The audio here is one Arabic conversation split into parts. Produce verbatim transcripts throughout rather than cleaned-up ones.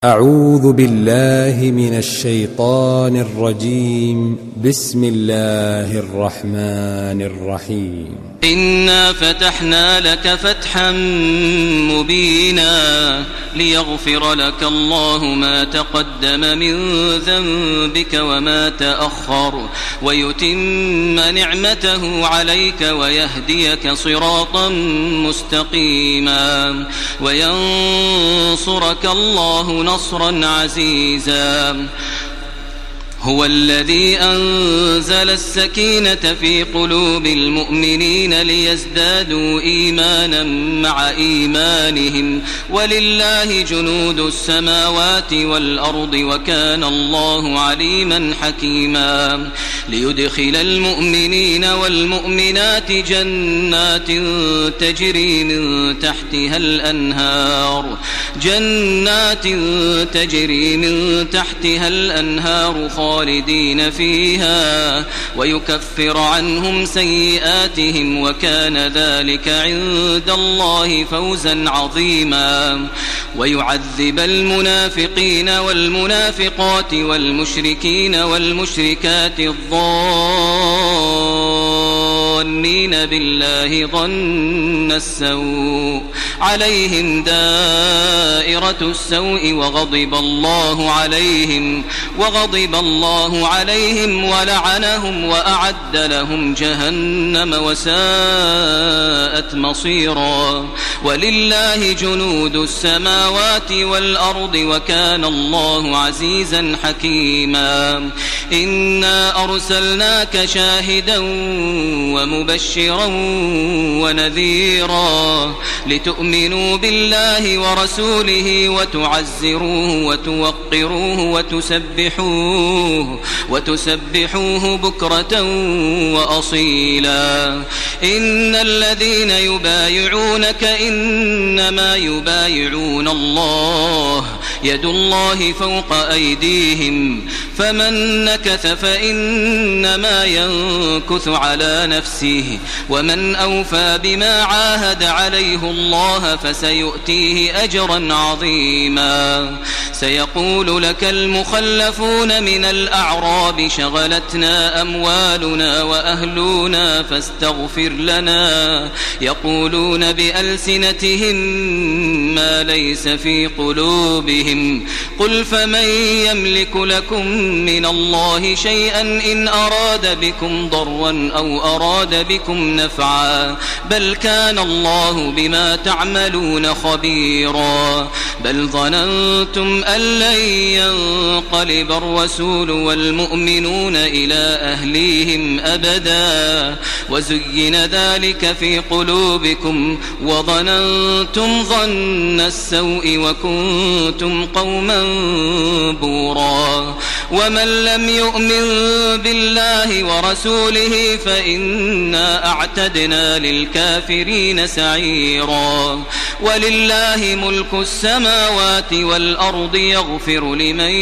أعوذ بالله من الشيطان الرجيم. بسم الله الرحمن الرحيم. إنا فتحنا لك فتحا مبينا ليغفر لك الله ما تقدم من ذنبك وما تأخر ويتم نعمته عليك ويهديك صراطا مستقيما وينصرك الله نصرا عزيزا. هو الذي أنزل السكينة في قلوب المؤمنين ليزدادوا إيمانا مع إيمانهم ولله جنود السماوات والأرض وكان الله عليما حكيما. ليدخل المؤمنين والمؤمنات جنات تجري من تحتها الأنهار جنات تجري من تحتها الأنهار خالدين فيها ويكفر عنهم سيئاتهم وكان ذلك عند الله فوزا عظيما. ويعذب المنافقين والمنافقات والمشركين والمشركات الظانين بالله ظن السوء عليهم دائرة السوء وغضب الله عليهم وغضب الله عليهم ولعنهم وأعد لهم جهنم وساءت مصيرا. ولله جنود السماوات والأرض وكان الله عزيزا حكيما. إنا أرسلناك شاهدا ومبشرا ونذيرا لتؤمنوا بالله ورسوله وتعزروه وتوقروه وتسبحوه وتسبحوه بكرة وأصيلا. إن الذين يبايعونك إنما يبايعون الله يد الله فوق أيديهم فمن نكث فإنما ينكث على نفسه ومن أوفى بما عاهد عليه الله فسيؤتيه أجرا عظيما. سيقول لك المخلفون من الأعراب شغلتنا أموالنا وأهلنا فاستغفر لنا يقولون بألسنتهم ما ليس في قلوبهم قل فمن يملك لكم من الله شيئا إن أراد بكم ضرا أو أراد بكم نفعا بل كان الله بما تعملون خبيرا. بل ظننتم أن لن ينقلب الرسول والمؤمنون إلى أهليهم أبدا وزين ذلك في قلوبكم وظننتم ظن السوء وكنتم قوما بورا. ومن لم يؤمن بالله ورسوله فإنا أعتدنا للكافرين سعيرا. ولله ملك السماوات والأرض يغفر لمن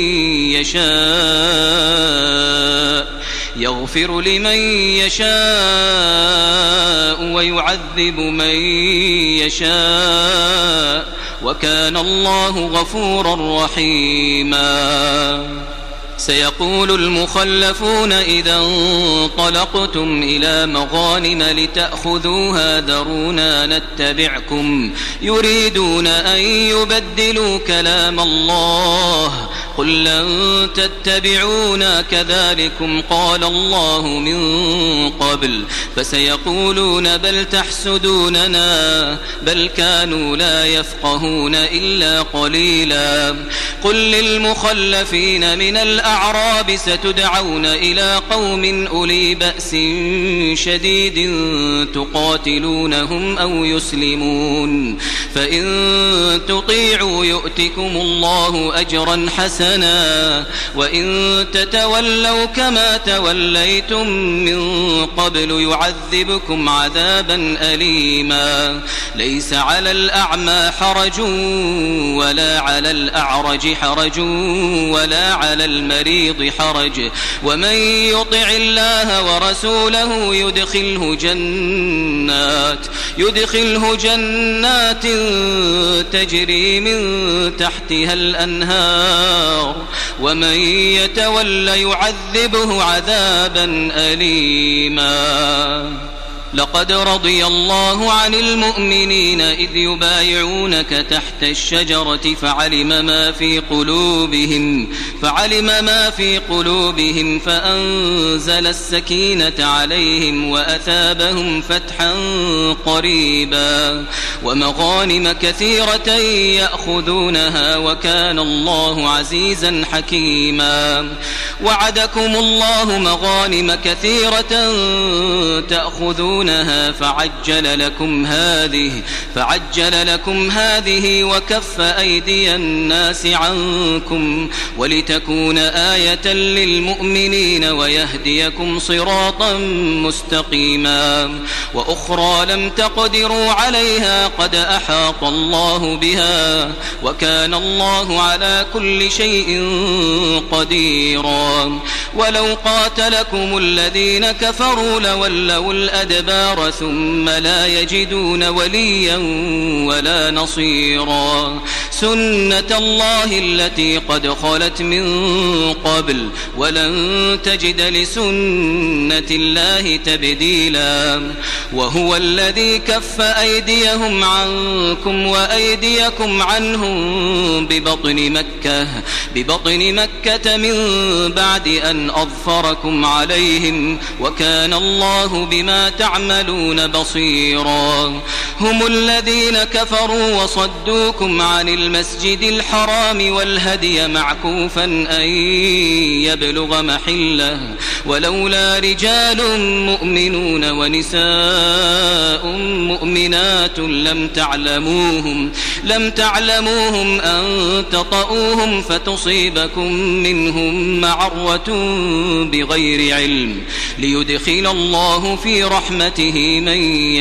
يشاء يغفر لمن يشاء ويعذب من يشاء وكان الله غفورا رحيما. سيقول المخلفون إذا انطلقتم إلى مغانم لتأخذوها ذرونا نتبعكم يريدون أن يبدلوا كلام الله قل لن تتبعونا كذلكم قال الله من قبل فسيقولون بل تحسدوننا بل كانوا لا يفقهون إلا قليلا. قل للمخلفين من الأعراب ستدعون إلى قوم أولي بأس شديد تقاتلونهم أو يسلمون فإن تطيعوا يؤتكم الله أجرا حسنا وإن تتولوا كما توليتم من قبل يعذبكم عذابا أليما. ليس على الأعمى حرج ولا على الأعرج حرج ولا على المريض حرج ومن يطع الله ورسوله يدخله جنات يدخله جنات تجري من تحتها الأنهار ومن يتول يعذبه عذابا أليما. لقد رضي الله عن المؤمنين إذ يبايعونك تحت الشجرة فعلم ما في قلوبهم فعلم ما في قلوبهم فأنزل السكينة عليهم وأثابهم فتحا قريبا ومغانم كثيرة يأخذونها وكان الله عزيزا حكيما. وعدكم الله مغانم كثيرة تأخذون فعجل لكم هذه فعجل لكم هذه وكف أيدي الناس عنكم ولتكون آية للمؤمنين ويهديكم صراطا مستقيما. وأخرى لم تقدروا عليها قد أحاط الله بها وكان الله على كل شيء قديرا. ولو قاتلكم الذين كفروا لولوا الأدبار ثم لا يجدون وليا ولا نصيرا. سنة الله التي قد خلت من قبل ولن تجد لسنة الله تبديلا. وهو الذي كف أيديهم عنكم وأيديكم عنهم ببطن مكة ببطن مكة من بعد أن أظفركم عليهم وكان الله بما تعملون بصيرا. هم الذين كفروا وصدوكم عن المسجد الحرام والهدي معكوفا أن يبلغ محله ولولا رجال مؤمنون ونساء مؤمنات لم تعلموهم لم تعلموهم أن تطؤوهم فتصيبكم منهم معرة بغير علم ليدخل الله في رحمته من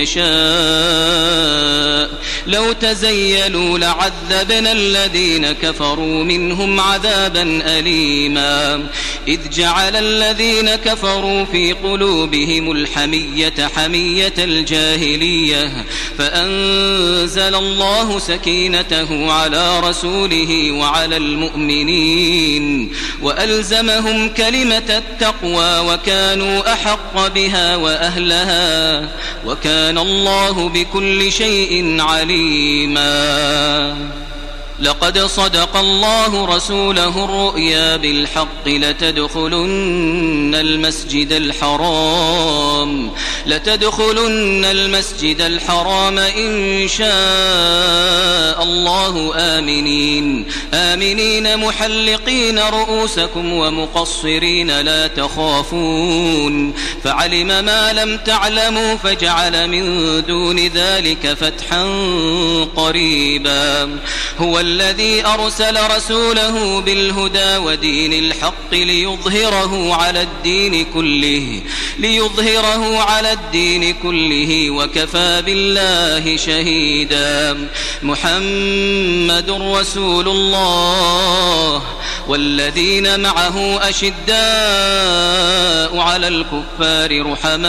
يشاء. لو تزيلوا لعذبنا الذين كفروا منهم عذابا أليما. إذ جعل الذين كفروا في قلوبهم الحمية حمية الجاهلية فأنزل الله سكينته على رسوله وعلى المؤمنين وألزمهم كلمة التقوى وكانوا أحق بها وأهلها وكان الله بكل شيء عليما. لقد صدق الله رسوله الرؤيا بالحق لتدخلن المسجد الحرام لتدخلن المسجد الحرام إن شاء الله آمنين آمنين محلقين رؤوسكم ومقصرين لا تخافون فعلم ما لم تعلموا فجعل من دون ذلك فتحا قريبا. هو الذي أرسل رسوله بالهدى ودين الحق ليظهره على الدين كله ليظهره على الدين كله وكفى بالله شهيدا. محمد رسول الله والذين معه أشداء على الكفار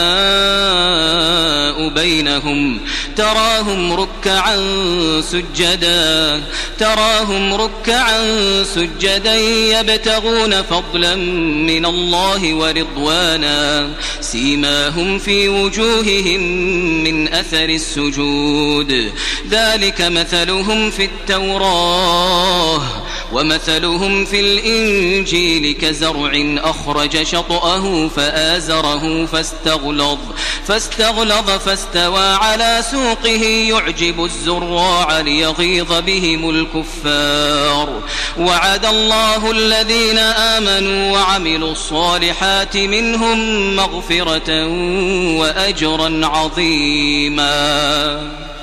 رحماء بينهم تراهم ركعا سجدا تراهم ركعا سجدا يبتغون فضلا من الله ورضوانا سيماهم في وجوههم من أثر السجود ذلك مثلهم في التوراة ومثلهم في الإنجيل كزرع أخرج شطأه فآزره فاستغلظ فاستغلظ فاستوى على سوقه يعجب الزراع ليغيظ بهم الكفار. وعد الله الذين آمنوا وعملوا الصالحات منهم مغفرة وأجرا عظيما.